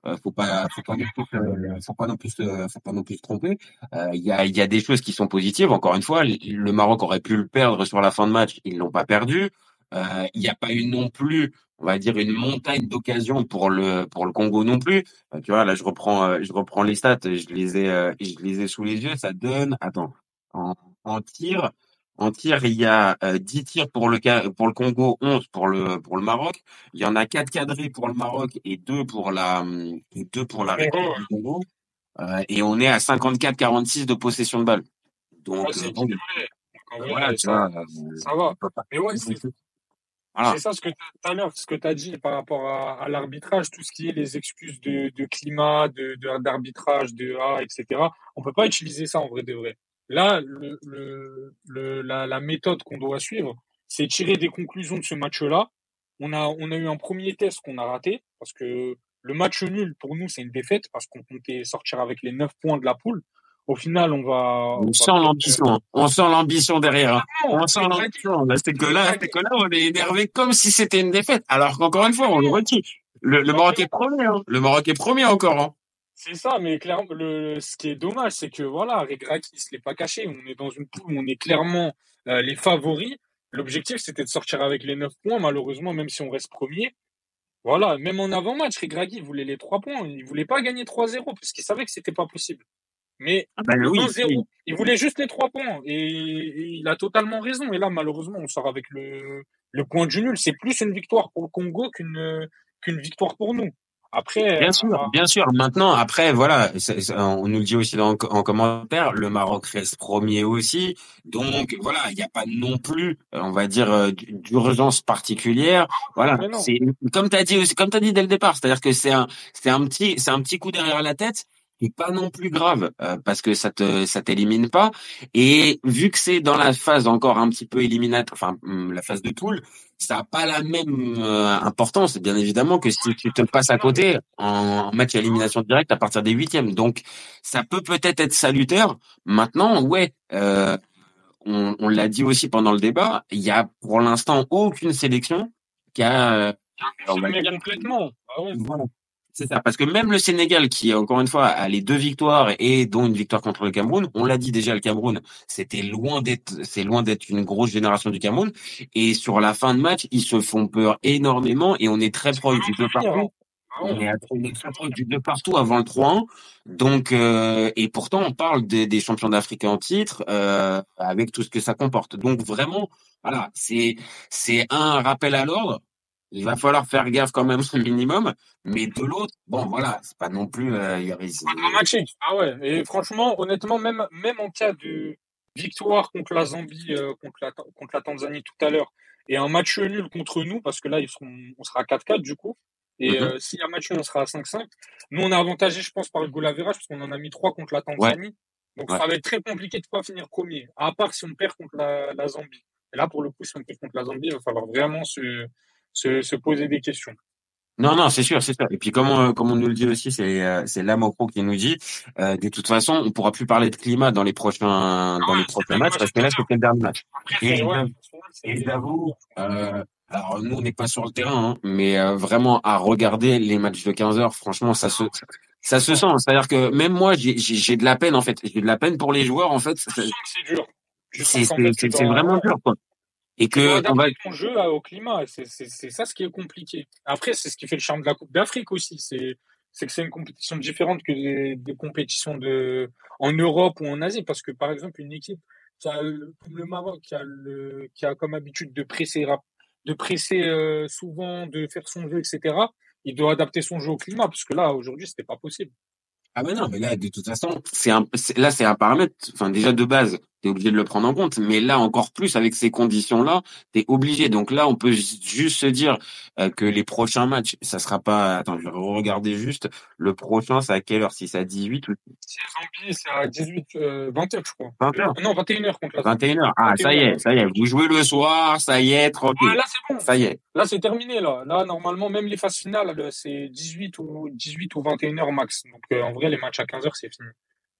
Euh, faut pas, faut pas non plus, euh, faut pas non plus, euh, faut pas non plus se tromper. Euh, Il y a, il y a des choses qui sont positives. Encore une fois, le le Maroc aurait pu le perdre sur la fin de match, ils l'ont pas perdu. Euh, Il n'y a pas eu non plus, on va dire, une montagne d'occasions pour le pour le Congo non plus. Euh, tu vois, là, je reprends, euh, je reprends les stats, je les ai, euh, je les ai sous les yeux. Ça donne, attends, en, en tir, en tir, il y a euh, dix tirs pour le Ca- pour le Congo, onze pour le pour le Maroc. Il y en a quatre cadrés pour le Maroc et deux pour la hum, et deux pour la Congo, République du Congo. Euh, et on est à cinquante-quatre quarante-six de possession de balle. Donc, ouais, euh, c'est bon, équilibré. Donc, en euh, vrai, voilà, tu ça, vois, euh, ça va. on peut pas- Mais ouais, c'est voilà. c'est ça ce que t'as- tout à l'heure, ce que tu as dit par rapport à, à l'arbitrage, tout ce qui est les excuses de, de climat, de, de- d'arbitrage, de A, et cetera. On peut pas utiliser ça en vrai de vrai. Là, le, le, le- la, la méthode qu'on doit suivre, c'est tirer des conclusions de ce match-là. On a, on a eu un premier test qu'on a raté, parce que le match nul, pour nous, c'est une défaite, parce qu'on comptait sortir avec les neuf points de la poule. Au final, on va, On on va sent peut-être, l'ambition, hein. On sent l'ambition derrière, hein. non, On sent c'est l'ambition. Là, c'est que là, c'est Draghi. que là, on est énervé comme si c'était une défaite. Alors qu'encore une fois, on le redit. Le, le Maroc est premier, hein. Le Maroc est premier encore, hein. C'est ça, mais clairement, le, ce qui est dommage, c'est que voilà, Regragui, il se l'est pas caché. On est dans une poule où on est clairement euh, les favoris. L'objectif, c'était de sortir avec les neuf points. Malheureusement, même si on reste premier, voilà, même en avant-match, Regragui voulait les trois points. Il voulait pas gagner trois zéro parce qu'il savait que c'était pas possible. Mais Ah ben le oui, un oui. zéro, il voulait juste les trois points. Et, et il a totalement raison. Et là, malheureusement, on sort avec le, le point du nul. C'est plus une victoire pour le Congo qu'une qu'une victoire pour nous. Après, Bien euh, sûr, bien sûr. Maintenant, après, voilà, c'est- c'est- on nous le dit aussi dans, en commentaire, le Maroc reste premier aussi. Donc, voilà, il n'y a pas non plus, euh, on va dire, euh, d- d'urgence particulière. Voilà, mais non. c'est comme t'as dit aussi, comme t'as dit dès le départ, c'est-à-dire que c'est un, c'est un petit, c'est un petit coup derrière la tête. Qui est pas non plus grave euh, parce que ça te ça t'élimine pas et vu que c'est dans la phase encore un petit peu éliminatoire, enfin hum, la phase de poule, ça a pas la même euh, importance, bien évidemment, que si tu te passes à côté en match à élimination directe à partir des huitièmes. Donc, ça peut peut-être être salutaire. Maintenant, ouais, euh, on, on l'a dit aussi pendant le débat, il y a pour l'instant aucune sélection qui a, euh, on va Mais dire, complètement. Ah ouais. voilà. C'est ça, parce que même le Sénégal, qui encore une fois a les deux victoires et dont une victoire contre le Cameroun, on l'a dit déjà, le Cameroun, c'était loin d'être, c'est loin d'être une grosse génération du Cameroun. Et sur la fin de match, ils se font peur énormément et on est très proche du deux partout. Ah On ouais. est, à- on est très proche du deux partout avant le trois un. Donc, euh, et pourtant, on parle des, des champions d'Afrique en titre, euh, avec tout ce que ça comporte. Donc vraiment, voilà, c'est, c'est un rappel à l'ordre. Il va falloir faire gaffe quand même au minimum, mais de l'autre, bon voilà, c'est pas non plus, euh, il y avait, Pas dramatique. Ah ouais. Et franchement, honnêtement, même, même en cas de victoire contre la Zambie, euh, contre la, contre la Tanzanie tout à l'heure, et un match nul contre nous, parce que là, ils seront, on sera à quatre quatre du coup. Et Mhm. euh, s'il y a un match nul, on sera à cinq cinq. Nous, on est avantagé, je pense, par le goal average, parce qu'on en a mis trois contre la Tanzanie. Donc, Ouais. ça va être très compliqué de pas finir premier, à part si on perd contre la, la Zambie. Et là, pour le coup, si on perd contre la Zambie, il va falloir vraiment se, se, se poser des questions. Non, non, c'est sûr, c'est sûr. Et puis comme on, comme on nous le dit aussi, c'est euh, c'est Lamocro qui nous dit, euh, de toute façon, on pourra plus parler de climat dans les prochains dans les prochains matchs parce que là c'était le dernier match. Et, Après, ouais, et j'avoue, euh, alors nous on n'est pas sur le terrain, hein, mais euh, vraiment à regarder les matchs de quinze heures, franchement, ça se ça se sent. C'est-à-dire que même moi, j'ai j'ai j'ai de la peine en fait. J'ai de la peine pour les joueurs en fait. tu sens que c'est dur. Tu C'est sens qu'en c'est fait, c'est tu c'est dois, vraiment dur quoi. Et tu dois que on va adapter ton jeu à- au climat. C'est c'est- c'est ça ce qui est compliqué. Après, c'est ce qui fait le charme de la Coupe d'Afrique aussi. C'est c'est que c'est une compétition différente que des, des compétitions de, en Europe ou en Asie. Parce que, par exemple, une équipe qui a le, comme le Maroc, qui a, le, qui a comme habitude de presser, rap- de presser euh, souvent, de faire son jeu, et cetera, il doit adapter son jeu au climat. Parce que là, aujourd'hui, c'était pas possible. Ah ben non, mais là, de toute façon, c'est un, c'est- là, c'est un paramètre. Enfin, déjà de base, t'es obligé de le prendre en compte. Mais là, encore plus avec ces conditions-là, t'es obligé. Donc là, on peut ju- juste se dire euh, que les prochains matchs, ça sera pas. Attends, je vais regarder juste. Le prochain, c'est à quelle heure? Si c'est à dix-huit ou C'est Zambie, c'est à dix-huit, euh, vingt heures, je crois. vingt heures? Non, vingt et une heures contre la Zambie. vingt et une heures. Ah, ça y est, ça y est. Vous jouez le soir, ça y est, Ah, tranquille. là, c'est bon. Ça y est. Là, c'est terminé, là. Là, normalement, même les phases finales, là, c'est dix-huit ou, dix-huit ou vingt et une heures max. Donc, euh, en vrai, les matchs à quinze heures, c'est fini.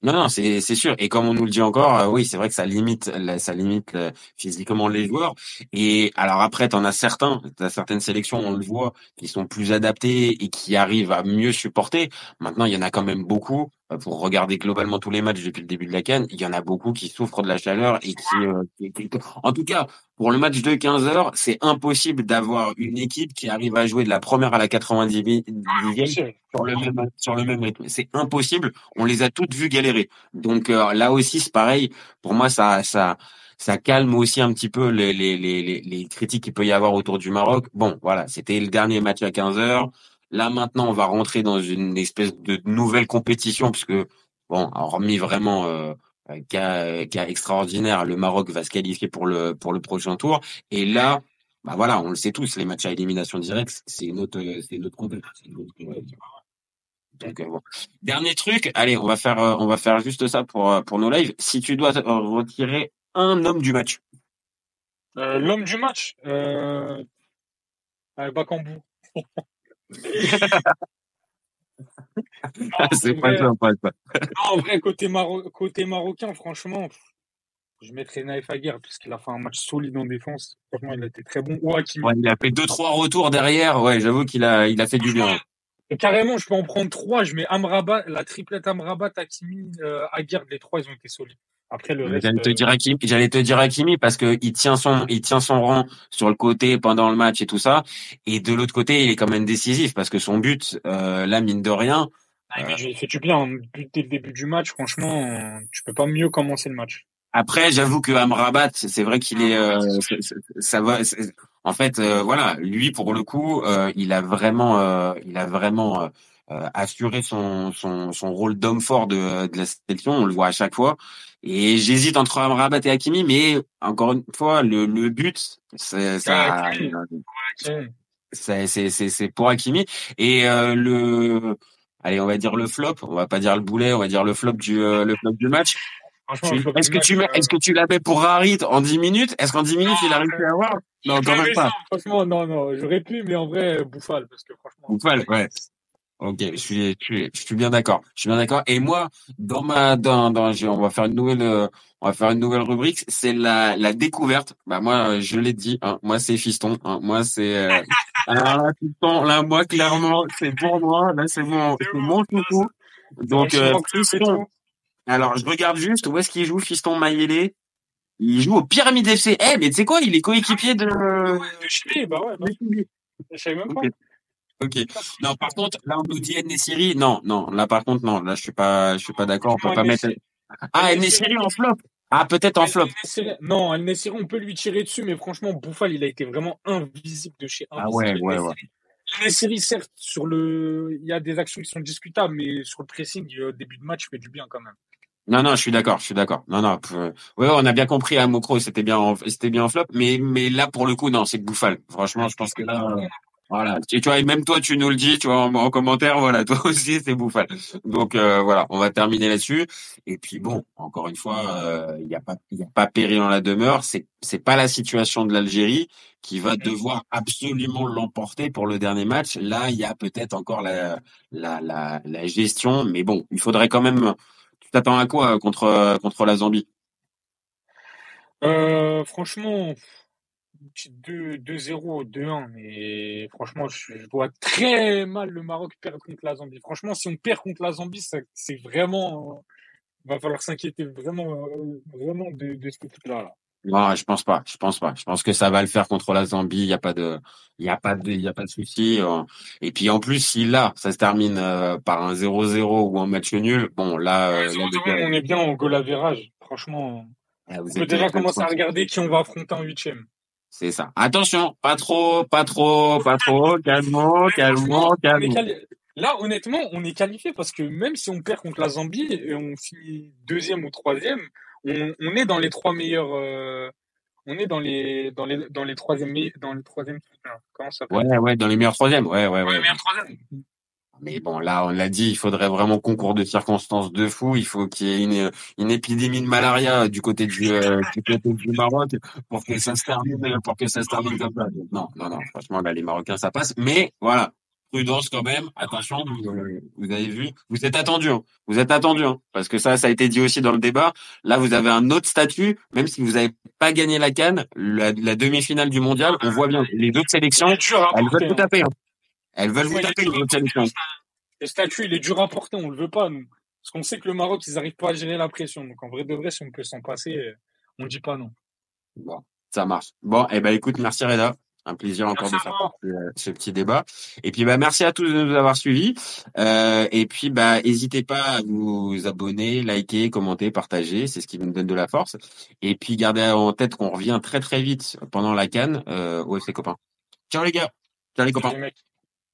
Non, non, c'est c'est sûr. Et comme on nous le dit encore, euh, oui, c'est vrai que ça limite, la- ça limite euh, physiquement les joueurs. Et alors après, t'en as certains, t'as certaines sélections, on le voit, qui sont plus adaptés et qui arrivent à mieux supporter. Maintenant, il y en a quand même beaucoup. euh, Pour regarder globalement tous les matchs depuis le début de la CAN, il y en a beaucoup qui souffrent de la chaleur et qui, euh, qui- qui- en tout cas, pour le match de quinze heures, c'est impossible d'avoir une équipe qui arrive à jouer de la première à la quatre-vingt-dixième Impossible. sur le même sur le même rythme. C'est impossible. On les a toutes vues galérer. Donc euh, là aussi, c'est pareil. Pour moi, ça ça ça calme aussi un petit peu les les les les, les critiques qu'il peut y avoir autour du Maroc. Bon, voilà, c'était le dernier match à quinze heures. Là maintenant, on va rentrer dans une espèce de nouvelle compétition puisque bon, hormis vraiment euh, euh, cas cas extraordinaire, le Maroc va se qualifier pour le pour le prochain tour. Et là, bah voilà, on le sait tous, les matchs à élimination directe, c'est une autre c'est une autre compétition. C'est une autre compétition. Donc euh, bon. Dernier truc, allez, on va faire euh, on va faire juste ça pour euh, pour nos lives. Si tu dois euh, retirer un homme du match. Euh, l'homme du match, euh... euh, Bakambu. Non, C'est en pas vrai, ça, pas ça. non, en vrai, côté, Maro- côté marocain, franchement, pff, je mettrais Naïf Aguerd parce qu'il a fait un match solide en défense. Franchement, il a été très bon. Ou Hakimi. Ouais, il a fait deux trois retours derrière. Ouais, j'avoue qu'il a il a fait du bien. Et carrément, je peux en prendre trois. Je mets Amrabat, la triplette Amrabat, Hakimi, euh, Aguerd. Les trois, ils ont été solides. Après, le reste. J'allais te euh, dire Hakimi, j'allais te dire Hakimi parce que il tient son il tient son rang sur le côté pendant le match et tout ça. Et de l'autre côté, il est quand même décisif parce que son but, euh, là mine de rien. ah, euh, mais il fait du bien. Hein. But dès le début du match, franchement, euh, tu peux pas mieux commencer le match. Après, j'avoue que Amrabat, c'est vrai qu'il est, euh, c'est- c'est- ça va. c'est- En fait, euh, voilà, lui pour le coup, euh, il a vraiment, euh, il a vraiment euh, euh, assuré son son son rôle d'homme fort de de la sélection. On le voit à chaque fois. Et j'hésite entre Amrabat et Hakimi, mais encore une fois, le le but, c'est Ah, ça, Hakimi. Hakimi. c'est c'est c'est c'est pour Hakimi. Et euh, le, allez, on va dire le flop. On va pas dire le boulet, on va dire le flop du euh, le flop du match. Franchement, Tu- le flop Est-ce du que match, tu mets- euh, est-ce que tu l'avais pour Harit en dix minutes? Est-ce qu'en dix minutes il a non, réussi à avoir? Non, quand j'aurais même fait pas. ça. Franchement, non, non, j'aurais pu, mais en vrai, Bouffal, parce que franchement. Oufal, ouais. Ok, je suis, je suis, je suis bien d'accord. Je suis bien d'accord. Et moi, dans ma, dans, dans, j'ai- on va faire une nouvelle, euh, on va faire une nouvelle rubrique. C'est la, la découverte. Bah moi, euh, je l'ai dit. Hein, moi, c'est Fiston. Hein, moi, c'est. Euh... Alors là, Fiston, là, moi, clairement, c'est pour moi. Là, c'est mon, C'est c'est bon, mon chouchou. c'est un Donc, euh, chinois club et Fiston. tout. Alors, je regarde juste où est-ce qu'il joue, Fiston Mayele. Il joue au Pyramide F C. Eh, mais tu sais quoi? Il est coéquipier de. De Chili, bah ouais, bah, je savais même pas. Ok. Ok. Non, par contre, là, on nous dit Nesiri. Non, non. Là, par contre, non. Là, je suis pas, je suis pas d'accord. On peut Non, pas mettre. Nesiri- Ah, Nesiri- Nesiri en flop. Ah, peut-être en flop. Al-Nassiri- Non, Al-Nassiri, on peut lui tirer dessus, mais franchement, Bouffal, il a été vraiment invisible de chez Ah invisible. ouais, ouais, ouais. Al-Nassiri, certes, sur le, il y a des actions qui sont discutables, mais sur le pressing, au début de match, il fait du bien quand même. Non, non, je suis d'accord, je suis d'accord. Non, non. euh, Ouais, on a bien compris à Mokro, c'était bien, en, c'était bien en flop, mais, mais là, pour le coup, non, c'est Bouffal. Franchement, je pense que là, euh, voilà. Tu, tu vois, et même toi, tu nous le dis, tu vois, en, en commentaire, voilà, toi aussi, c'est Bouffal. Donc, euh, voilà, on va terminer là-dessus. Et puis, bon, encore une fois, euh, il y a pas, il y a pas péril en la demeure. C'est, c'est pas la situation de l'Algérie qui va devoir absolument l'emporter pour le dernier match. Là, il y a peut-être encore la, la, la, la gestion, mais bon, il faudrait quand même. Tu t'attends à quoi euh, contre euh, contre la Zambie? Euh, franchement, petit deux 2-0, deux un, mais franchement, je, je vois très mal le Maroc perdre contre la Zambie. Franchement, si on perd contre la Zambie, ça- c'est vraiment, euh, va falloir s'inquiéter vraiment, euh, vraiment de, de cette équipe-là, là. Non, je pense pas. Je pense pas. Je pense que ça va le faire contre la Zambie. Il y a pas de, il y a pas de, il y a pas de souci. euh. Et puis en plus, si là, ça se termine euh, par un zéro zéro ou un match nul, bon là, euh, là, zéro les zéro, gars, on est bien au goal average. Franchement, ah, vous on peut êtes déjà vous êtes commencer à tranquille. regarder qui on va affronter en huitième. C'est ça. Attention, pas trop, pas trop, pas trop. Calmons, calmons, Franchement, on est calmons. quali- Là, honnêtement, on est qualifié parce que même si on perd contre la Zambie et on finit deuxième ou troisième, on, on est dans les trois meilleurs. euh, On est dans les dans les dans les troisième me- dans les troisième. Comment ça s'appelle? Ouais, ouais, dans les meilleurs troisièmes. Ouais, ouais, Ouais, ouais. meilleur troisième. Mais bon, là, on l'a dit, il faudrait vraiment concours de circonstances de fou. Il faut qu'il y ait une, une épidémie de malaria du côté du, euh, du côté du Maroc pour que ça se termine, pour que ça se termine comme ça. Non, non, non. Franchement, là, les Marocains, ça passe. Mais voilà, prudence quand même. Attention, vous, euh, vous avez vu, vous êtes attendu, hein. Vous êtes attendu, hein, parce que ça, ça a été dit aussi dans le débat. Là, vous avez un autre statut, même si vous n'avez pas gagné la CAN, la, la demi-finale du mondial, on voit bien les autres sélections, elles veulent vous taper. Hein. Elles veulent vous taper, les autres sélections. Le statut, il est dur à porter, on le veut pas, nous. Parce qu'on sait que le Maroc, ils n'arrivent pas à gérer la pression. Donc, en vrai de vrai, si on peut s'en passer, on dit pas non. Bon, ça marche. Bon, eh ben, écoute, merci Reda. Un plaisir encore merci de faire partie de ce petit débat. Et puis, bah, merci à tous de nous avoir suivis. Euh, et puis, bah, n'hésitez pas à vous abonner, liker, commenter, partager. C'est ce qui nous donne de la force. Et puis, gardez en tête qu'on revient très, très vite pendant la CAN, euh, au F C Copains. Ciao les gars. Ciao les copains. Ciao, les mecs.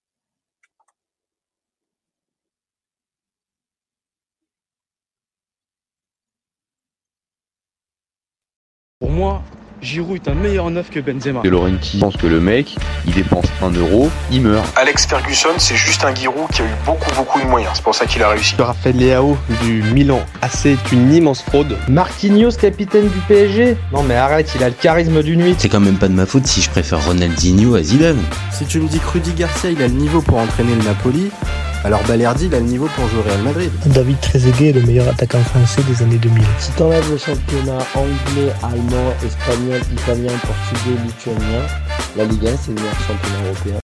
Pour moi, Giroud est un meilleur neuf que Benzema. De Laurenti pense que le mec, il dépense un euro, il meurt. Alex Ferguson, c'est juste un Giroud qui a eu beaucoup beaucoup de moyens. C'est pour ça qu'il a réussi. Raphaël Leao du Milan A C est une immense fraude. Marquinhos, capitaine du P S G? Non mais arrête, il a le charisme d'une nuit. C'est quand même pas de ma faute si je préfère Ronaldinho à Zidane. Si tu me dis que Rudy Garcia il a le niveau pour entraîner le Napoli, alors Balerdi il a le niveau pour jouer au Real Madrid. David Trezeguet est le meilleur attaquant français des années deux mille. Si t'enlèves le championnat anglais, allemand, espagnol, italien, portugais, lituanien, la Ligue un c'est le meilleur championnat européen.